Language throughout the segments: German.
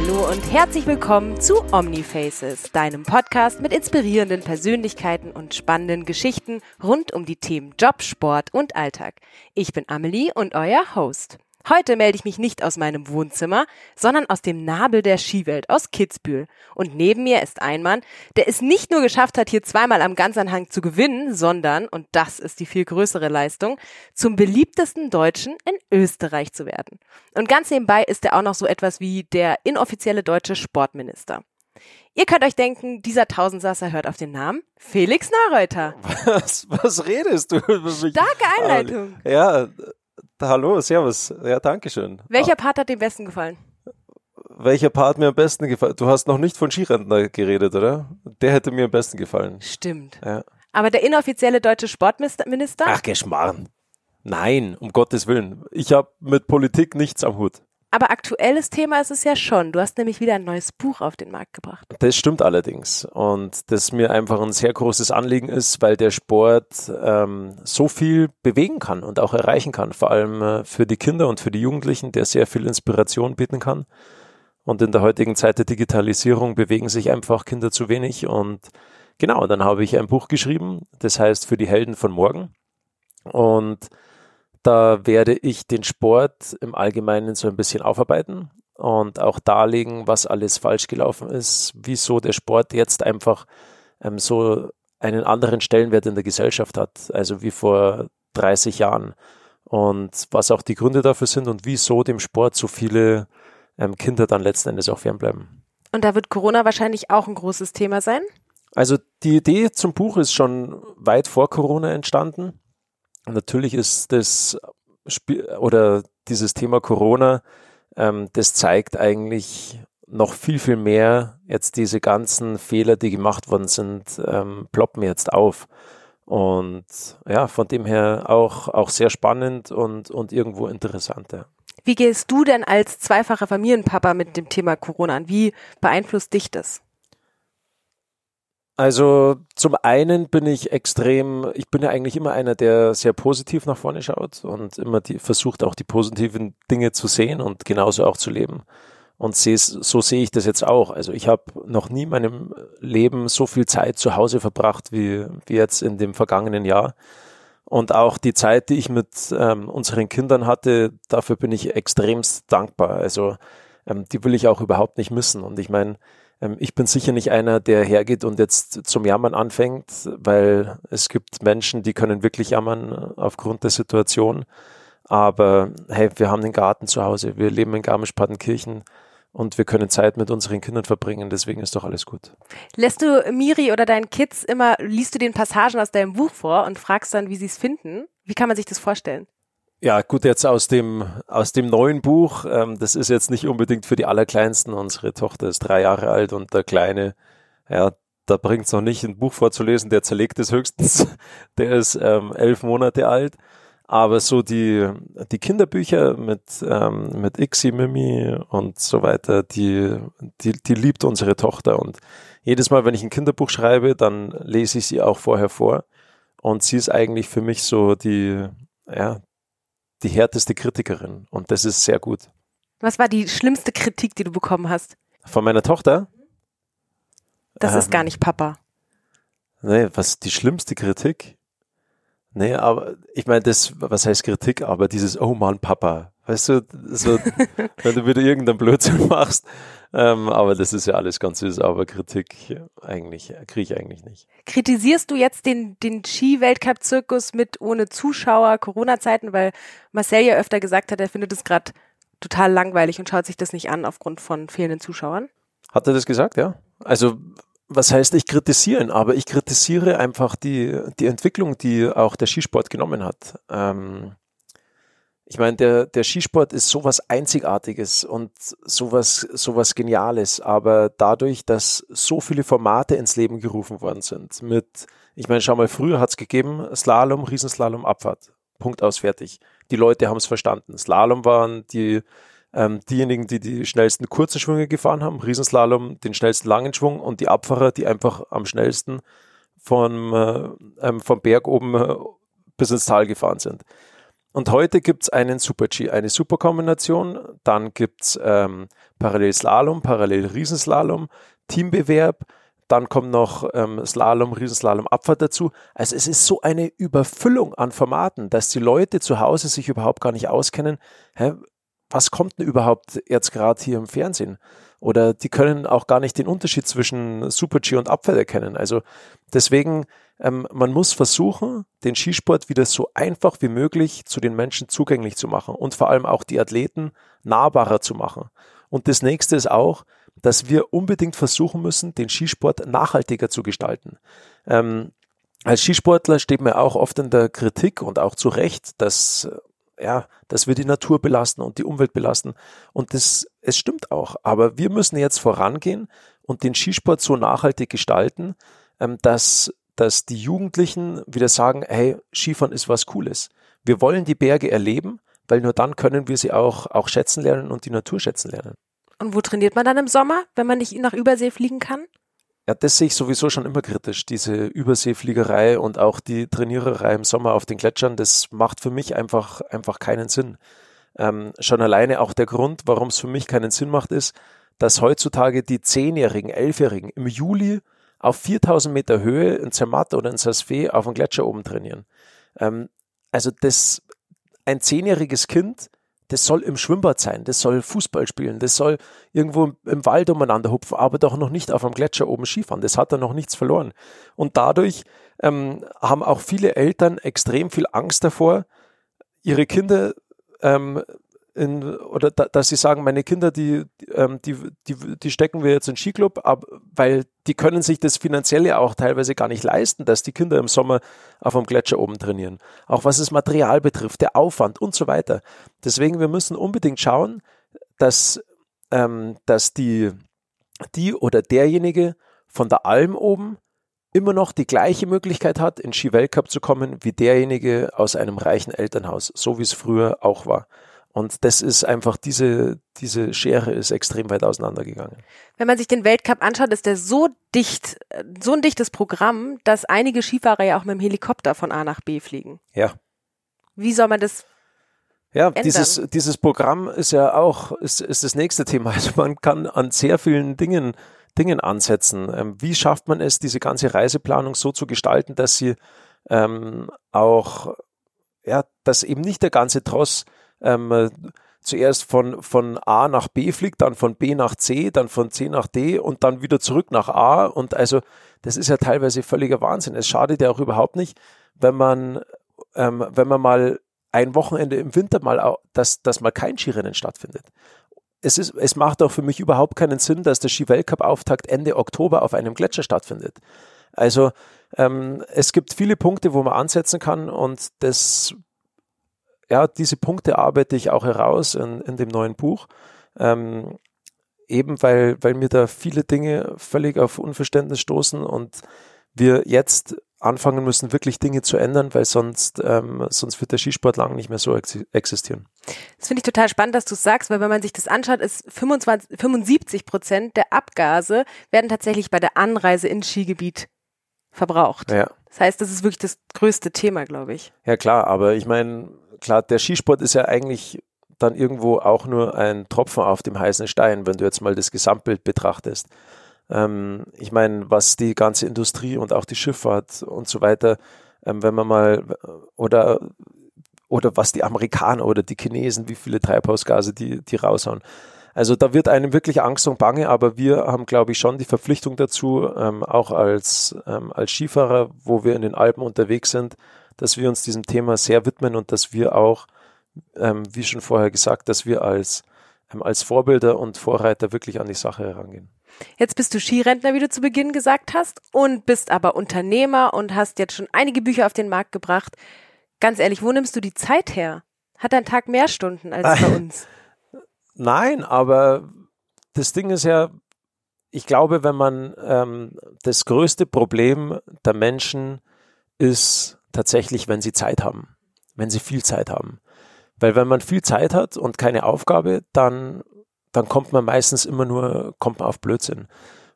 Hallo und herzlich willkommen zu Omnifaces, deinem Podcast mit inspirierenden Persönlichkeiten und spannenden Geschichten rund um die Themen Job, Sport und Alltag. Ich bin Amelie und euer Host. Heute melde ich mich nicht aus meinem Wohnzimmer, sondern aus dem Nabel der Skiwelt, aus Kitzbühel. Und neben mir ist ein Mann, der es nicht nur geschafft hat, hier zweimal am Ganzanhang zu gewinnen, sondern, und das ist die viel größere Leistung, zum beliebtesten Deutschen in Österreich zu werden. Und ganz nebenbei ist er auch noch so etwas wie der inoffizielle deutsche Sportminister. Ihr könnt euch denken, dieser Tausendsasser hört auf den Namen Felix Neureuter. Was redest du? Starke Einleitung. Ja, hallo, servus. Ja, danke schön. Welcher Part hat dir am besten gefallen? Welcher Part mir am besten gefallen? Du hast noch nicht von Skirentner geredet, oder? Der hätte mir am besten gefallen. Stimmt. Ja. Aber der inoffizielle deutsche Sportminister? Ach, Geschmarrn. Nein, um Gottes Willen. Ich habe mit Politik nichts am Hut. Aber aktuelles Thema ist es ja schon. Du hast nämlich wieder ein neues Buch auf den Markt gebracht. Das stimmt allerdings. Und das mir einfach ein sehr großes Anliegen ist, weil der Sport so viel bewegen kann und auch erreichen kann. Vor allem für die Kinder und für die Jugendlichen, der sehr viel Inspiration bieten kann. Und in der heutigen Zeit der Digitalisierung bewegen sich einfach Kinder zu wenig. Und genau, dann habe ich ein Buch geschrieben, das heißt Für die Helden von morgen. Und da werde ich den Sport im Allgemeinen so ein bisschen aufarbeiten und auch darlegen, was alles falsch gelaufen ist, wieso der Sport jetzt einfach so einen anderen Stellenwert in der Gesellschaft hat, also wie vor 30 Jahren und was auch die Gründe dafür sind und wieso dem Sport so viele Kinder dann letzten Endes auch fernbleiben. Und da wird Corona wahrscheinlich auch ein großes Thema sein? Also die Idee zum Buch ist schon weit vor Corona entstanden. Natürlich ist das dieses Thema Corona, das zeigt eigentlich noch viel, viel mehr jetzt diese ganzen Fehler, die gemacht worden sind, ploppen jetzt auf. Und ja, von dem her auch sehr spannend und irgendwo interessant. Ja. Wie gehst du denn als zweifacher Familienpapa mit dem Thema Corona an? Wie beeinflusst dich das? Also zum einen bin ich ja eigentlich immer einer, der sehr positiv nach vorne schaut und immer versucht auch die positiven Dinge zu sehen und genauso auch zu leben. Und so sehe ich das jetzt auch. Also ich habe noch nie in meinem Leben so viel Zeit zu Hause verbracht wie jetzt in dem vergangenen Jahr. Und auch die Zeit, die ich mit unseren Kindern hatte, dafür bin ich extremst dankbar. Also die will ich auch überhaupt nicht missen. Und ich meine, ich bin sicher nicht einer, der hergeht und jetzt zum Jammern anfängt, weil es gibt Menschen, die können wirklich jammern aufgrund der Situation. Aber hey, wir haben den Garten zu Hause, wir leben in Garmisch-Partenkirchen und wir können Zeit mit unseren Kindern verbringen, deswegen ist doch alles gut. Lässt du Miri oder deinen Kids liest du den Passagen aus deinem Buch vor und fragst dann, wie sie es finden? Wie kann man sich das vorstellen? Ja, gut, jetzt aus dem neuen Buch, das ist jetzt nicht unbedingt für die Allerkleinsten. Unsere Tochter ist 3 Jahre alt und der Kleine, ja, da bringt es noch nicht, ein Buch vorzulesen, der zerlegt es höchstens. Der ist 11 Monate alt. Aber so die Kinderbücher mit Ixi, Mimi und so weiter, die liebt unsere Tochter. Und jedes Mal, wenn ich ein Kinderbuch schreibe, dann lese ich sie auch vorher vor. Und sie ist eigentlich für mich so die härteste Kritikerin und das ist sehr gut. Was war die schlimmste Kritik, die du bekommen hast? Von meiner Tochter? Das ist gar nicht Papa. Nee, was die schlimmste Kritik? Nee, aber ich meine, was heißt Kritik? Aber dieses, oh Mann, Papa. Weißt du, so, wenn du wieder irgendeinen Blödsinn machst. Aber das ist ja alles ganz süß, aber Kritik kriege ich eigentlich nicht. Kritisierst du jetzt den Ski-Weltcup-Zirkus mit ohne Zuschauer, Corona-Zeiten, weil Marcel ja öfter gesagt hat, er findet es gerade total langweilig und schaut sich das nicht an aufgrund von fehlenden Zuschauern? Hat er das gesagt, ja? Also was heißt, ich kritisiere ihn, aber ich kritisiere einfach die Entwicklung, die auch der Skisport genommen hat. Ich meine, der Skisport ist sowas Einzigartiges und sowas Geniales, aber dadurch, dass so viele Formate ins Leben gerufen worden sind, ich meine, schau mal, früher hat es gegeben, Slalom, Riesenslalom, Abfahrt, Punkt aus, fertig. Die Leute haben es verstanden. Slalom waren diejenigen, die schnellsten kurzen Schwünge gefahren haben, Riesenslalom den schnellsten langen Schwung und die Abfahrer, die einfach am schnellsten vom Berg oben bis ins Tal gefahren sind. Und heute gibt es einen Super-G, eine Superkombination, dann gibt es Parallelslalom, Parallel-Riesenslalom, Teambewerb, dann kommt noch Slalom, Riesenslalom, Abfahrt dazu. Also es ist so eine Überfüllung an Formaten, dass die Leute zu Hause sich überhaupt gar nicht auskennen, was kommt denn überhaupt jetzt gerade hier im Fernsehen? Oder die können auch gar nicht den Unterschied zwischen Super-G und Abfahrt erkennen. Also deswegen, man muss versuchen, den Skisport wieder so einfach wie möglich zu den Menschen zugänglich zu machen und vor allem auch die Athleten nahbarer zu machen. Und das nächste ist auch, dass wir unbedingt versuchen müssen, den Skisport nachhaltiger zu gestalten. Als Skisportler steht mir auch oft in der Kritik und auch zu Recht, dass wir die Natur belasten und die Umwelt belasten. Und es stimmt auch. Aber wir müssen jetzt vorangehen und den Skisport so nachhaltig gestalten, dass die Jugendlichen wieder sagen, hey, Skifahren ist was Cooles. Wir wollen die Berge erleben, weil nur dann können wir sie auch schätzen lernen und die Natur schätzen lernen. Und wo trainiert man dann im Sommer, wenn man nicht nach Übersee fliegen kann? Ja, das sehe ich sowieso schon immer kritisch, diese Überseefliegerei und auch die Trainiererei im Sommer auf den Gletschern, das macht für mich einfach keinen Sinn. Schon alleine auch der Grund, warum es für mich keinen Sinn macht, ist, dass heutzutage die 10-Jährigen, 11-Jährigen im Juli auf 4000 Meter Höhe in Zermatt oder in Saas-Fee auf dem Gletscher oben trainieren. Ein 10-jähriges Kind, das soll im Schwimmbad sein, das soll Fußball spielen, das soll irgendwo im Wald umeinander hupfen, aber doch noch nicht auf einem Gletscher oben Skifahren. Das hat da noch nichts verloren. Und dadurch haben auch viele Eltern extrem viel Angst davor, ihre Kinder dass sie sagen, meine Kinder, die stecken wir jetzt in den Skiclub, weil die können sich das finanziell ja auch teilweise gar nicht leisten, dass die Kinder im Sommer auf dem Gletscher oben trainieren. Auch was das Material betrifft, der Aufwand und so weiter. Deswegen, wir müssen unbedingt schauen, dass die oder derjenige von der Alm oben immer noch die gleiche Möglichkeit hat, in Ski-Weltcup zu kommen, wie derjenige aus einem reichen Elternhaus, so wie es früher auch war. Und das ist einfach, diese Schere ist extrem weit auseinandergegangen. Wenn man sich den Weltcup anschaut, ist der so dicht, so ein dichtes Programm, dass einige Skifahrer ja auch mit dem Helikopter von A nach B fliegen. Ja. Wie soll man das ändern? Dieses Programm ist ja auch, ist das nächste Thema. Also man kann an sehr vielen Dingen ansetzen. Wie schafft man es, diese ganze Reiseplanung so zu gestalten, dass sie dass eben nicht der ganze Tross zuerst von A nach B fliegt, dann von B nach C, dann von C nach D und dann wieder zurück nach A. Und also das ist ja teilweise völliger Wahnsinn. Es schadet ja auch überhaupt nicht, wenn man mal ein Wochenende im Winter dass mal kein Skirennen stattfindet. Es macht auch für mich überhaupt keinen Sinn, dass der Ski-Weltcup-Auftakt Ende Oktober auf einem Gletscher stattfindet. Also es gibt viele Punkte, wo man ansetzen kann und diese Punkte arbeite ich auch heraus in dem neuen Buch, eben weil mir da viele Dinge völlig auf Unverständnis stoßen und wir jetzt anfangen müssen, wirklich Dinge zu ändern, weil sonst wird der Skisport lang nicht mehr so existieren. Das finde ich total spannend, dass du es sagst, weil wenn man sich das anschaut, ist 75% der Abgase werden tatsächlich bei der Anreise ins Skigebiet verbraucht. Ja. Das heißt, das ist wirklich das größte Thema, glaube ich. Ja klar, aber ich meine, der Skisport ist ja eigentlich dann irgendwo auch nur ein Tropfen auf dem heißen Stein, wenn du jetzt mal das Gesamtbild betrachtest. Ich meine, was die ganze Industrie und auch die Schifffahrt und so weiter, wenn man mal, oder was die Amerikaner oder die Chinesen, wie viele Treibhausgase die raushauen. Also da wird einem wirklich Angst und Bange, aber wir haben, glaube ich, schon die Verpflichtung dazu, auch als Skifahrer, wo wir in den Alpen unterwegs sind, dass wir uns diesem Thema sehr widmen und dass wir auch, wie schon vorher gesagt, dass wir als Vorbilder und Vorreiter wirklich an die Sache herangehen. Jetzt bist du Skirentner, wie du zu Beginn gesagt hast, und bist aber Unternehmer und hast jetzt schon einige Bücher auf den Markt gebracht. Ganz ehrlich, wo nimmst du die Zeit her? Hat dein Tag mehr Stunden als bei uns? Nein, aber das Ding ist ja, ich glaube, wenn man das größte Problem der Menschen ist tatsächlich, wenn sie Zeit haben, wenn sie viel Zeit haben. Weil wenn man viel Zeit hat und keine Aufgabe, dann kommt man meistens kommt man auf Blödsinn.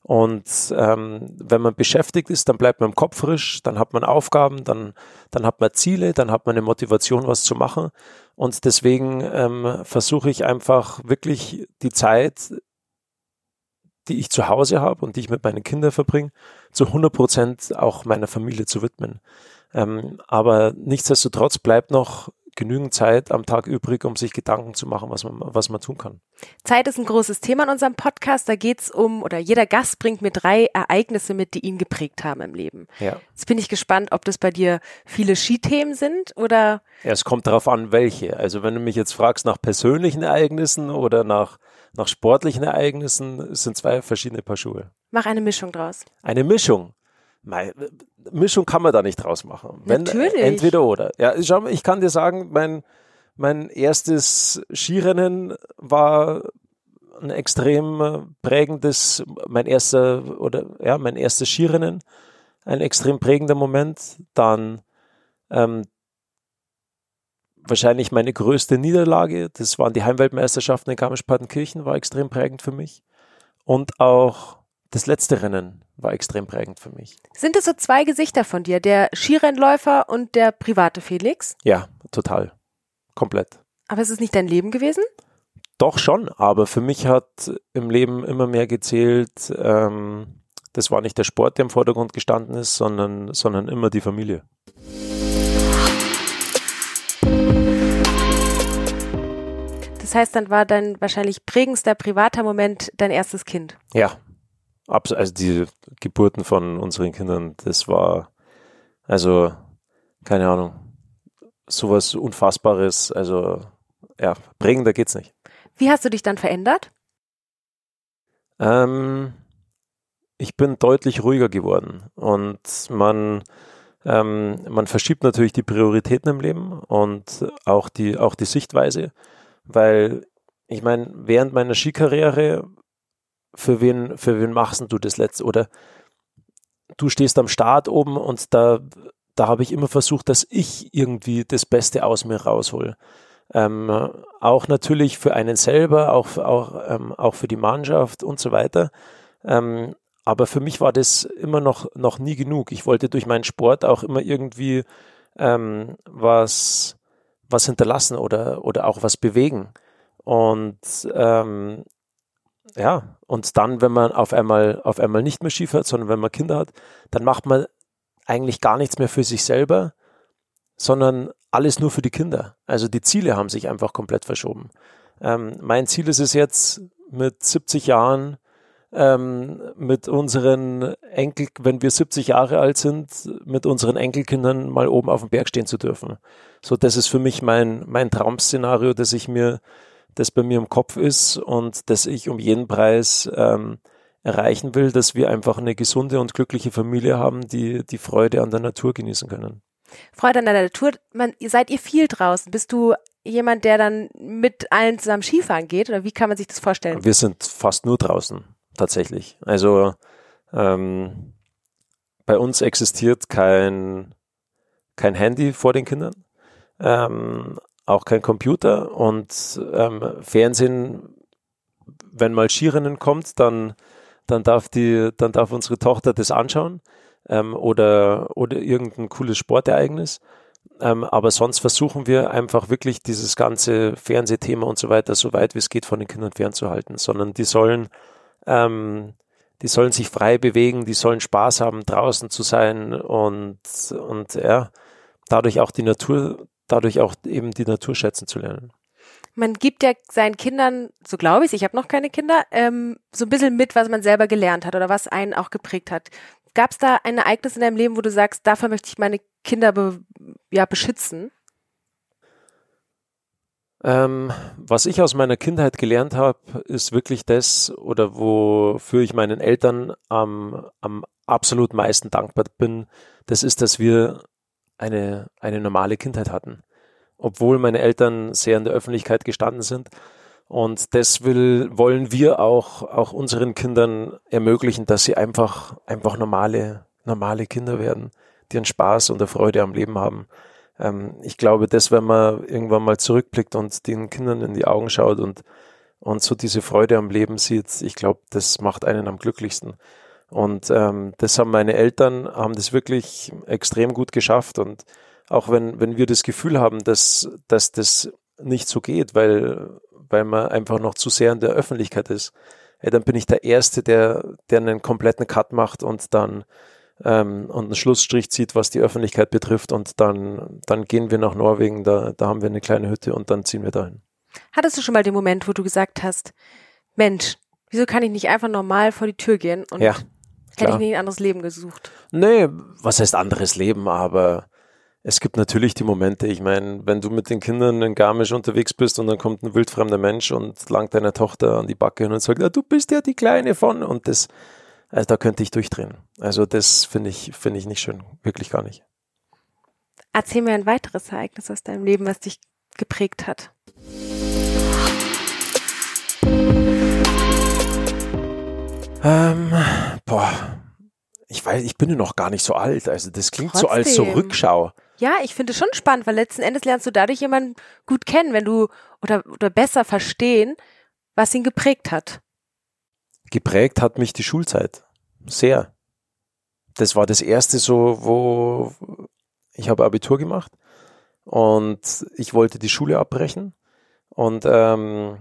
Und wenn man beschäftigt ist, dann bleibt man im Kopf frisch, dann hat man Aufgaben, dann hat man Ziele, dann hat man eine Motivation, was zu machen. Und deswegen versuche ich einfach wirklich die Zeit, die ich zu Hause habe und die ich mit meinen Kindern verbringe, zu 100% auch meiner Familie zu widmen. Aber nichtsdestotrotz bleibt noch genügend Zeit am Tag übrig, um sich Gedanken zu machen, was man tun kann. Zeit ist ein großes Thema in unserem Podcast. Da geht's oder jeder Gast bringt mir 3 Ereignisse mit, die ihn geprägt haben im Leben. Ja. Jetzt bin ich gespannt, ob das bei dir viele Skithemen sind oder? Ja, es kommt darauf an, welche. Also wenn du mich jetzt fragst nach persönlichen Ereignissen oder nach sportlichen Ereignissen, es sind 2 verschiedene Paar Schuhe. Mach eine Mischung draus. Eine Mischung? Mischung kann man da nicht draus machen. Natürlich. Entweder oder. Ja, schau mal, ich kann dir sagen, mein erstes Skirennen war ein extrem prägendes, mein erstes Skirennen, ein extrem prägender Moment. Dann wahrscheinlich meine größte Niederlage, das waren die Heimweltmeisterschaften in Garmisch-Partenkirchen, war extrem prägend für mich. Und auch das letzte Rennen war extrem prägend für mich. Sind es so 2 Gesichter von dir, der Skirennläufer und der private Felix? Ja, total. Komplett. Aber ist es nicht dein Leben gewesen? Doch schon, aber für mich hat im Leben immer mehr gezählt, das war nicht der Sport, der im Vordergrund gestanden ist, sondern immer die Familie. Das heißt, dann war dein wahrscheinlich prägendster privater Moment dein erstes Kind? Ja, also die Geburten von unseren Kindern, das war, also, keine Ahnung, sowas Unfassbares, also, ja, prägender geht's nicht. Wie hast du dich dann verändert? Ich bin deutlich ruhiger geworden und man verschiebt natürlich die Prioritäten im Leben und auch die Sichtweise, weil ich meine, während meiner Skikarriere, für wen machst du das letzte? Oder du stehst am Start oben und da habe ich immer versucht, dass ich irgendwie das Beste aus mir raushole. Auch natürlich für einen selber, auch für die Mannschaft und so weiter. Aber für mich war das immer noch nie genug. Ich wollte durch meinen Sport auch immer irgendwie was hinterlassen oder auch was bewegen. Und und dann, wenn man auf einmal nicht mehr Ski fährt, sondern wenn man Kinder hat, dann macht man eigentlich gar nichts mehr für sich selber, sondern alles nur für die Kinder. Also die Ziele haben sich einfach komplett verschoben. Mein Ziel ist es jetzt, mit 70 Jahren mit unseren wenn wir 70 Jahre alt sind, mit unseren Enkelkindern mal oben auf dem Berg stehen zu dürfen. So, das ist für mich mein Traum-Szenario, das bei mir im Kopf ist und das ich um jeden Preis erreichen will, dass wir einfach eine gesunde und glückliche Familie haben, die Freude an der Natur genießen können. Freude an der Natur, seid ihr viel draußen? Bist du jemand, der dann mit allen zusammen Skifahren geht oder wie kann man sich das vorstellen? Wir sind fast nur draußen, tatsächlich. Also bei uns existiert kein Handy vor den Kindern, auch kein Computer und Fernsehen, wenn mal Skirennen kommt, dann darf unsere Tochter das anschauen oder irgendein cooles Sportereignis. Aber sonst versuchen wir einfach wirklich dieses ganze Fernsehthema und so weiter, so weit wie es geht, von den Kindern fernzuhalten, sondern die sollen sich frei bewegen, die sollen Spaß haben, draußen zu sein und ja, dadurch auch eben die Natur schätzen zu lernen. Man gibt ja seinen Kindern, so glaube ich habe noch keine Kinder, so ein bisschen mit, was man selber gelernt hat oder was einen auch geprägt hat. Gab es da ein Ereignis in deinem Leben, wo du sagst, dafür möchte ich meine Kinder beschützen? Was ich aus meiner Kindheit gelernt habe, ist wirklich das, oder wofür ich meinen Eltern am absolut meisten dankbar bin, das ist, dass wir eine normale Kindheit hatten. Obwohl meine Eltern sehr in der Öffentlichkeit gestanden sind. Und das wollen wir auch unseren Kindern ermöglichen, dass sie einfach normale Kinder werden, die einen Spaß und eine Freude am Leben haben. Ich glaube, dass wenn man irgendwann mal zurückblickt und den Kindern in die Augen schaut und und so diese Freude am Leben sieht, ich glaube, das macht einen am glücklichsten. Und das haben meine Eltern, haben das wirklich extrem gut geschafft. Und auch wenn wir das Gefühl haben, dass das nicht so geht, weil man einfach noch zu sehr in der Öffentlichkeit ist, dann bin ich der Erste, der einen kompletten Cut macht und dann und einen Schlussstrich zieht, was die Öffentlichkeit betrifft. Und dann gehen wir nach Norwegen, da haben wir eine kleine Hütte und dann ziehen wir dahin. Hattest du schon mal den Moment, wo du gesagt hast, Mensch, wieso kann ich nicht einfach normal vor die Tür gehen und Ja, hätte ich nicht ein anderes Leben gesucht? Nee, was heißt anderes Leben, aber es gibt natürlich die Momente, ich meine, wenn du mit den Kindern in Garmisch unterwegs bist und dann kommt ein wildfremder Mensch und langt deiner Tochter an die Backe hin und sagt, ja, du bist ja die Kleine von, und das, also da könnte ich durchdrehen. Also das finde ich nicht schön, wirklich gar nicht. Erzähl mir ein weiteres Ereignis aus deinem Leben, was dich geprägt hat. Ich bin ja noch gar nicht so alt, also das klingt Trotzdem. so als so Rückschau. Ja, ich finde es schon spannend, weil letzten Endes lernst du dadurch jemanden gut kennen, wenn du oder besser verstehen, was ihn geprägt hat. Geprägt hat mich die Schulzeit sehr. Das war das erste so, wo ich habe Abitur gemacht und ich wollte die Schule abbrechen und mein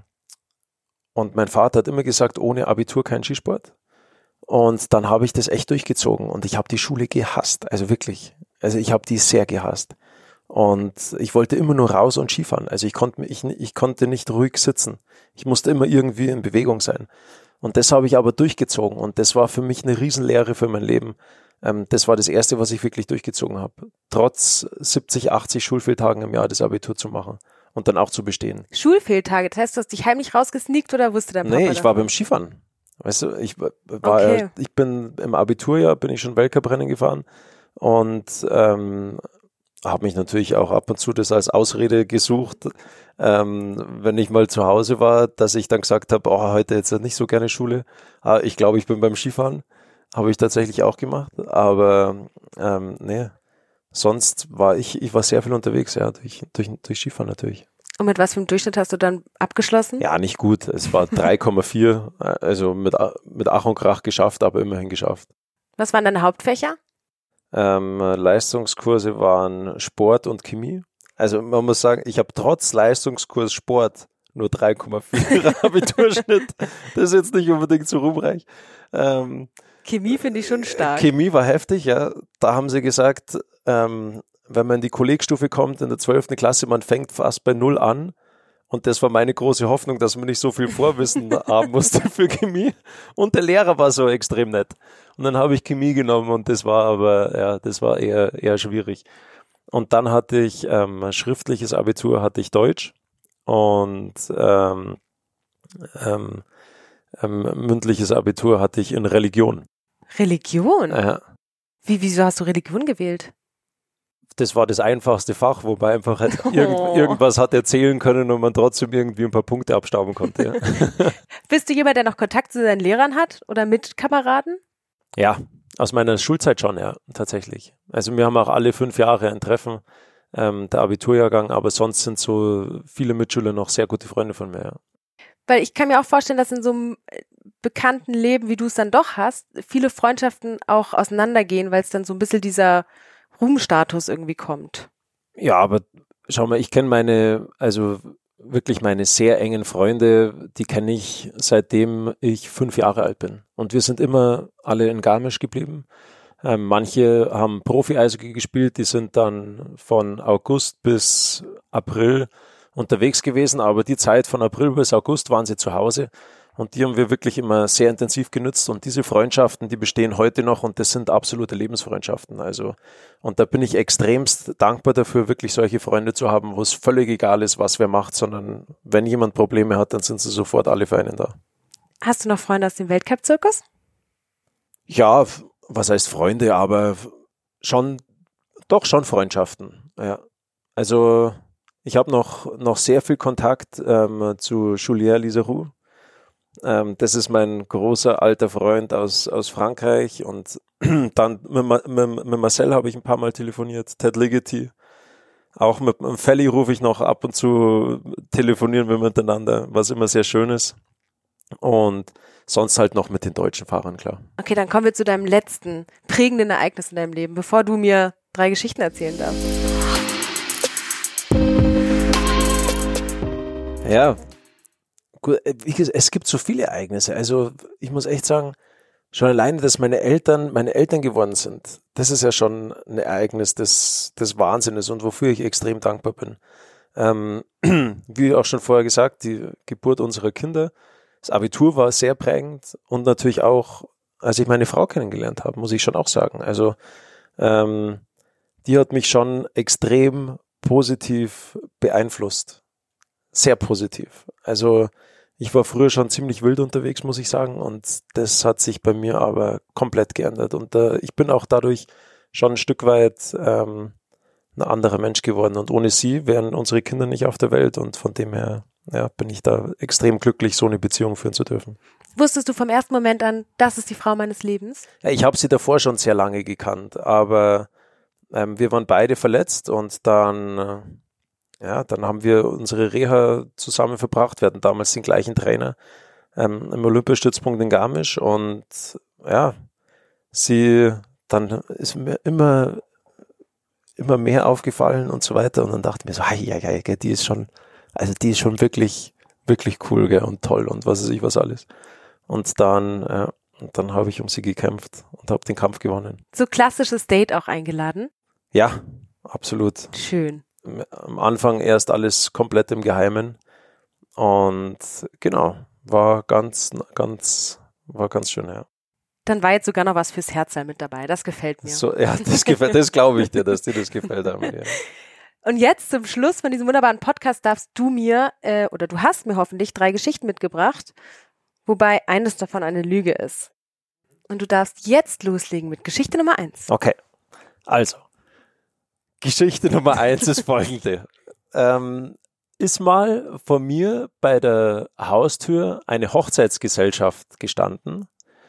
Vater hat immer gesagt, ohne Abitur kein Skisport. Und dann habe ich das echt durchgezogen und ich habe die Schule gehasst, also wirklich. Also ich habe die sehr gehasst. Und ich wollte immer nur raus und Skifahren. Also ich konnte nicht ruhig sitzen. Ich musste immer irgendwie in Bewegung sein. Und das habe ich aber durchgezogen. Und das war für mich eine Riesenlehre für mein Leben. Das war das Erste, was ich wirklich durchgezogen habe. Trotz 70, 80 Schulfehltagen im Jahr das Abitur zu machen und dann auch zu bestehen. Schulfehltage, das heißt, du hast dich heimlich rausgesneakt oder wusste dein Papa? Nee, ich war beim Skifahren. Weißt du, ich bin im Abiturjahr, bin ich schon Weltcuprennen gefahren und habe mich natürlich auch ab und zu das als Ausrede gesucht, wenn ich mal zu Hause war, dass ich dann gesagt habe, oh, heute jetzt nicht so gerne Schule. Ich glaube, ich bin beim Skifahren. Habe ich tatsächlich auch gemacht, aber nee, sonst war ich war sehr viel unterwegs, ja, durch Skifahren natürlich. Und mit was für einem Durchschnitt hast du dann abgeschlossen? Ja, nicht gut. Es war 3,4, also mit Ach und Krach geschafft, aber immerhin geschafft. Was waren deine Hauptfächer? Leistungskurse waren Sport und Chemie. Also man muss sagen, ich habe trotz Leistungskurs Sport nur 3,4 Abiturschnitt. Das ist jetzt nicht unbedingt so ruhmreich. Chemie finde ich schon stark. Chemie war heftig, ja. Da haben sie gesagt, wenn man in die Kollegstufe kommt, in der 12. Klasse, man fängt fast bei Null an. Und das war meine große Hoffnung, dass man nicht so viel Vorwissen haben musste für Chemie. Und der Lehrer war so extrem nett. Und dann habe ich Chemie genommen und das war aber, ja, das war eher schwierig. Und dann hatte ich schriftliches Abitur, hatte ich Deutsch und mündliches Abitur hatte ich in Religion. Religion? Ja. Wieso hast du Religion gewählt? Das war das einfachste Fach, wobei einfach irgendwas hat erzählen können und man trotzdem irgendwie ein paar Punkte abstauben konnte. Ja. Bist du jemand, der noch Kontakt zu seinen Lehrern hat oder mit Kameraden? Ja, aus meiner Schulzeit schon, ja, tatsächlich. Also wir haben auch alle 5 Jahre ein Treffen, der Abiturjahrgang, aber sonst sind so viele Mitschüler noch sehr gute Freunde von mir, ja. Weil ich kann mir auch vorstellen, dass in so einem bekannten Leben, wie du es dann doch hast, viele Freundschaften auch auseinandergehen, weil es dann so ein bisschen dieser Ruhmstatus irgendwie kommt. Ja, aber schau mal, ich kenne wirklich meine sehr engen Freunde, die kenne ich seitdem ich 5 Jahre alt bin. Und wir sind immer alle in Garmisch geblieben. Manche haben Profi-Eishockey gespielt, die sind dann von August bis April unterwegs gewesen, aber die Zeit von April bis August waren sie zu Hause. Und die haben wir wirklich immer sehr intensiv genutzt und diese Freundschaften, die bestehen heute noch und das sind absolute Lebensfreundschaften. Also, und da bin ich extremst dankbar dafür, wirklich solche Freunde zu haben, wo es völlig egal ist, was wer macht, sondern wenn jemand Probleme hat, dann sind sie sofort alle für einen da. Hast du noch Freunde aus dem Weltcup-Zirkus? Ja, was heißt Freunde, aber schon Freundschaften, ja. Also, ich habe noch sehr viel Kontakt zu Julien Liseroux. Das ist mein großer alter Freund aus Frankreich und dann mit Marcel habe ich ein paar Mal telefoniert, Ted Ligety. Auch mit dem Felli rufe ich noch ab und zu, telefonieren wir miteinander, was immer sehr schön ist. Und sonst halt noch mit den deutschen Fahrern, klar. Okay, dann kommen wir zu deinem letzten prägenden Ereignis in deinem Leben, bevor du mir 3 Geschichten erzählen darfst. Ja, gut, es gibt so viele Ereignisse. Also ich muss echt sagen, schon alleine, dass meine Eltern geworden sind, das ist ja schon ein Ereignis des Wahnsinns und wofür ich extrem dankbar bin. Wie auch schon vorher gesagt, die Geburt unserer Kinder, das Abitur war sehr prägend und natürlich auch, als ich meine Frau kennengelernt habe, muss ich schon auch sagen. Also die hat mich schon extrem positiv beeinflusst. Sehr positiv. Also ich war früher schon ziemlich wild unterwegs, muss ich sagen, und das hat sich bei mir aber komplett geändert. Und ich bin auch dadurch schon ein Stück weit ein anderer Mensch geworden. Und ohne sie wären unsere Kinder nicht auf der Welt. Und von dem her bin ich da extrem glücklich, so eine Beziehung führen zu dürfen. Wusstest du vom ersten Moment an, das ist die Frau meines Lebens? Ja, ich habe sie davor schon sehr lange gekannt, aber wir waren beide verletzt und dann haben wir unsere Reha zusammen verbracht. Wir hatten damals den gleichen Trainer im Olympiastützpunkt in Garmisch und dann ist mir immer mehr aufgefallen und so weiter und dann dachte ich mir so, die ist schon wirklich, wirklich cool, gell, und toll und was weiß ich was alles. Und dann habe ich um sie gekämpft und habe den Kampf gewonnen. So klassisches Date auch eingeladen? Ja, absolut. Schön. Am Anfang erst alles komplett im Geheimen und genau, war ganz schön, ja. Dann war jetzt sogar noch was fürs Herzlein mit dabei, das gefällt mir. So, ja, das glaube ich dir, dass dir das gefällt. Ja. Und jetzt zum Schluss von diesem wunderbaren Podcast darfst du mir, oder du hast mir hoffentlich 3 Geschichten mitgebracht, wobei eines davon eine Lüge ist. Und du darfst jetzt loslegen mit Geschichte Nummer 1. Okay, also Geschichte Nummer 1 ist folgende. Ist mal vor mir bei der Haustür eine Hochzeitsgesellschaft gestanden,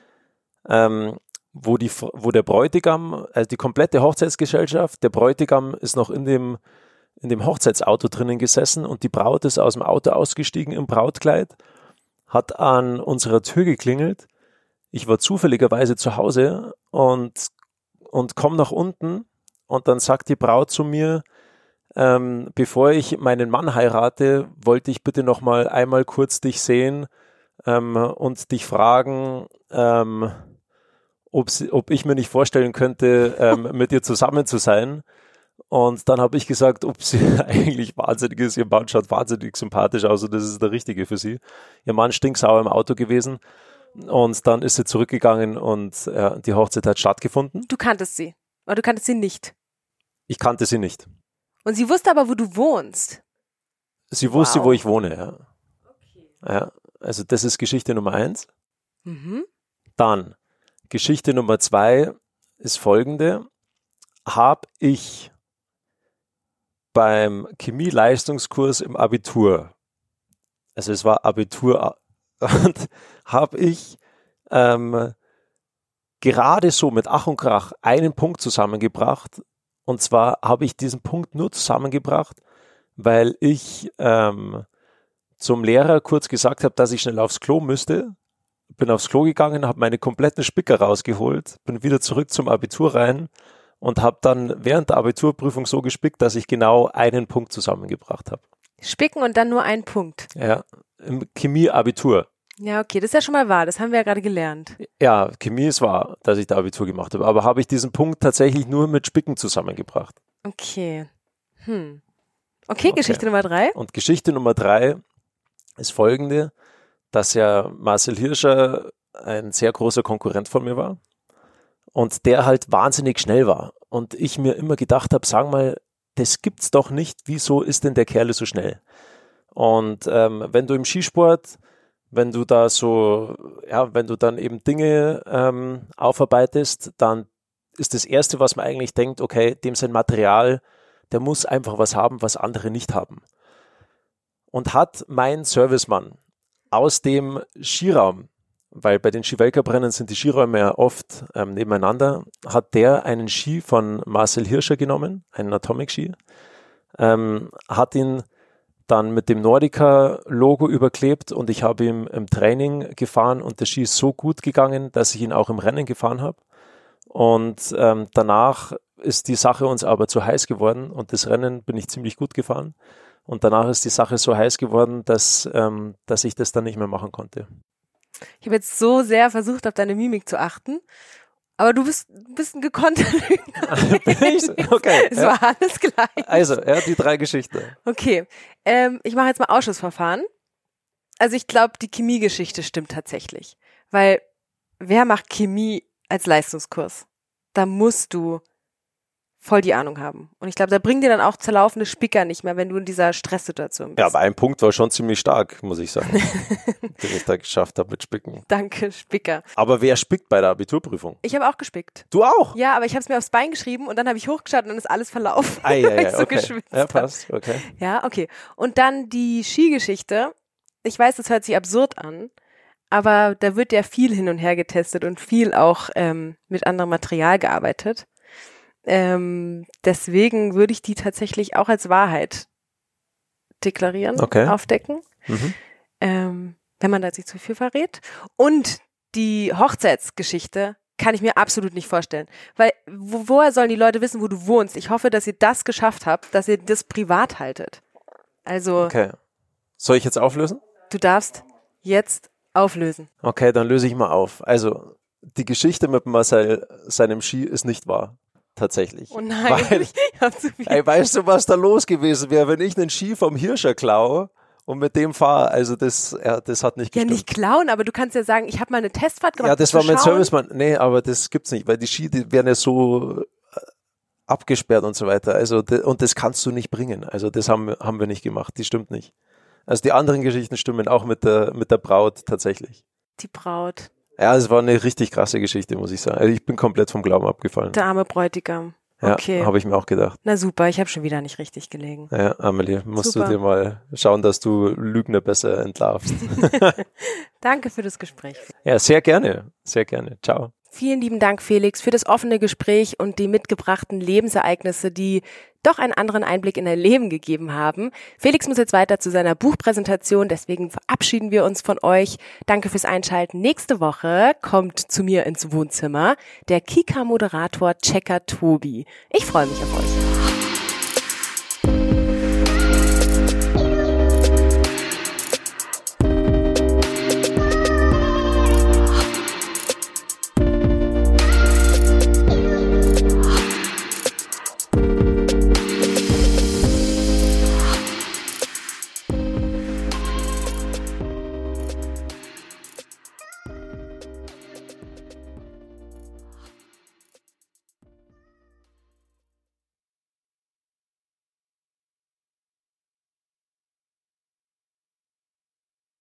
wo der Bräutigam, also die komplette Hochzeitsgesellschaft, der Bräutigam ist noch in dem Hochzeitsauto drinnen gesessen und die Braut ist aus dem Auto ausgestiegen im Brautkleid, hat an unserer Tür geklingelt. Ich war zufälligerweise zu Hause und komme nach unten. Und dann sagt die Braut zu mir, bevor ich meinen Mann heirate, wollte ich bitte noch mal einmal kurz dich sehen und dich fragen, ob ich mir nicht vorstellen könnte, mit dir zusammen zu sein. Und dann habe ich gesagt, ob sie eigentlich wahnsinnig ist. Ihr Mann schaut wahnsinnig sympathisch aus und das ist der Richtige für sie. Ihr Mann stinksauer im Auto gewesen. Und dann ist sie zurückgegangen und die Hochzeit hat stattgefunden. Du kanntest sie. Aber du kanntest sie nicht. Ich kannte sie nicht. Und sie wusste aber, wo du wohnst. Sie wusste, wo ich wohne, ja. Okay. Ja. Also das ist Geschichte Nummer 1. Mhm. Dann Geschichte Nummer 2 ist folgende. Habe ich beim Chemie-Leistungskurs im Abitur, also es war Abitur, und habe ich gerade so mit Ach und Krach einen Punkt zusammengebracht. Und zwar habe ich diesen Punkt nur zusammengebracht, weil ich zum Lehrer kurz gesagt habe, dass ich schnell aufs Klo müsste. Bin aufs Klo gegangen, habe meine kompletten Spicker rausgeholt, bin wieder zurück zum Abitur rein und habe dann während der Abiturprüfung so gespickt, dass ich genau einen Punkt zusammengebracht habe. Spicken und dann nur einen Punkt. Ja, im Chemie-Abitur. Ja, okay, das ist ja schon mal wahr, das haben wir ja gerade gelernt. Ja, Chemie ist wahr, dass ich da Abitur gemacht habe, aber habe ich diesen Punkt tatsächlich nur mit Spicken zusammengebracht. Okay. Okay, Geschichte Nummer 3. Und Geschichte Nummer 3 ist folgende, dass ja Marcel Hirscher ein sehr großer Konkurrent von mir war und der halt wahnsinnig schnell war. Und ich mir immer gedacht habe, sag mal, das gibt's doch nicht, wieso ist denn der Kerl so schnell? Und wenn du im Skisport, wenn du dann eben Dinge aufarbeitest, dann ist das Erste, was man eigentlich denkt, okay, dem sein Material, der muss einfach was haben, was andere nicht haben. Und hat mein Servicemann aus dem Skiraum, weil bei den Ski-Weltcup-Rennen sind die Skiräume ja oft nebeneinander, hat der einen Ski von Marcel Hirscher genommen, einen Atomic-Ski, hat ihn dann mit dem Nordica-Logo überklebt und ich habe ihn im Training gefahren und der Ski ist so gut gegangen, dass ich ihn auch im Rennen gefahren habe. Und danach ist die Sache uns aber zu heiß geworden und das Rennen bin ich ziemlich gut gefahren. Und danach ist die Sache so heiß geworden, dass ich das dann nicht mehr machen konnte. Ich habe jetzt so sehr versucht, auf deine Mimik zu achten. Aber du bist ein gekonnter Lügner. Bin ich? Okay. Es war alles gleich. Also, die 3 Geschichten. Okay, ich mache jetzt mal Ausschussverfahren. Also ich glaube, die Chemiegeschichte stimmt tatsächlich. Weil wer macht Chemie als Leistungskurs? Da musst du voll die Ahnung haben. Und ich glaube, da bringen dir dann auch zerlaufende Spicker nicht mehr, wenn du in dieser Stresssituation bist. Ja, aber ein Punkt war schon ziemlich stark, muss ich sagen, den ich da geschafft habe mit Spicken. Danke, Spicker. Aber wer spickt bei der Abiturprüfung? Ich habe auch gespickt. Du auch? Ja, aber ich habe es mir aufs Bein geschrieben und dann habe ich hochgeschaut und dann ist alles verlaufen. Weil ich so okay. geschwitzt ja, passt, okay. Ja, okay. Und dann die Skigeschichte. Ich weiß, das hört sich absurd an, aber da wird ja viel hin und her getestet und viel auch mit anderem Material gearbeitet. Deswegen würde ich die tatsächlich auch als Wahrheit deklarieren, aufdecken, wenn man da nicht zu viel verrät. Und die Hochzeitsgeschichte kann ich mir absolut nicht vorstellen, weil woher sollen die Leute wissen, wo du wohnst? Ich hoffe, dass ihr das geschafft habt, dass ihr das privat haltet. Also. Okay. Soll ich jetzt auflösen? Du darfst jetzt auflösen. Okay, dann löse ich mal auf. Also, die Geschichte mit Marcel, seinem Ski, ist nicht wahr. Tatsächlich. Oh nein, weil, ich hab zu viel. Ey, weißt du, was da los gewesen wäre, wenn ich einen Ski vom Hirscher klaue und mit dem fahre? Also das hat nicht gestimmt. Ja, nicht klauen, aber du kannst ja sagen, ich habe mal eine Testfahrt gemacht. Ja, das war mein Servicemann. Nee, aber das gibt's nicht, weil die Ski, die werden ja so abgesperrt und so weiter. Also und das kannst du nicht bringen. Also das haben wir nicht gemacht. Die stimmt nicht. Also die anderen Geschichten stimmen auch mit der Braut tatsächlich. Die Braut. Ja, es war eine richtig krasse Geschichte, muss ich sagen. Also ich bin komplett vom Glauben abgefallen. Der arme Bräutigam. Okay. Ja, habe ich mir auch gedacht. Na super, ich habe schon wieder nicht richtig gelegen. Ja, Amelie, musst du dir mal schauen, dass du Lügner besser entlarvst. Danke für das Gespräch. Ja, sehr gerne. Sehr gerne. Ciao. Vielen lieben Dank, Felix, für das offene Gespräch und die mitgebrachten Lebensereignisse, die doch einen anderen Einblick in dein Leben gegeben haben. Felix muss jetzt weiter zu seiner Buchpräsentation, deswegen verabschieden wir uns von euch. Danke fürs Einschalten. Nächste Woche kommt zu mir ins Wohnzimmer der Kika-Moderator Checker Tobi. Ich freue mich auf euch.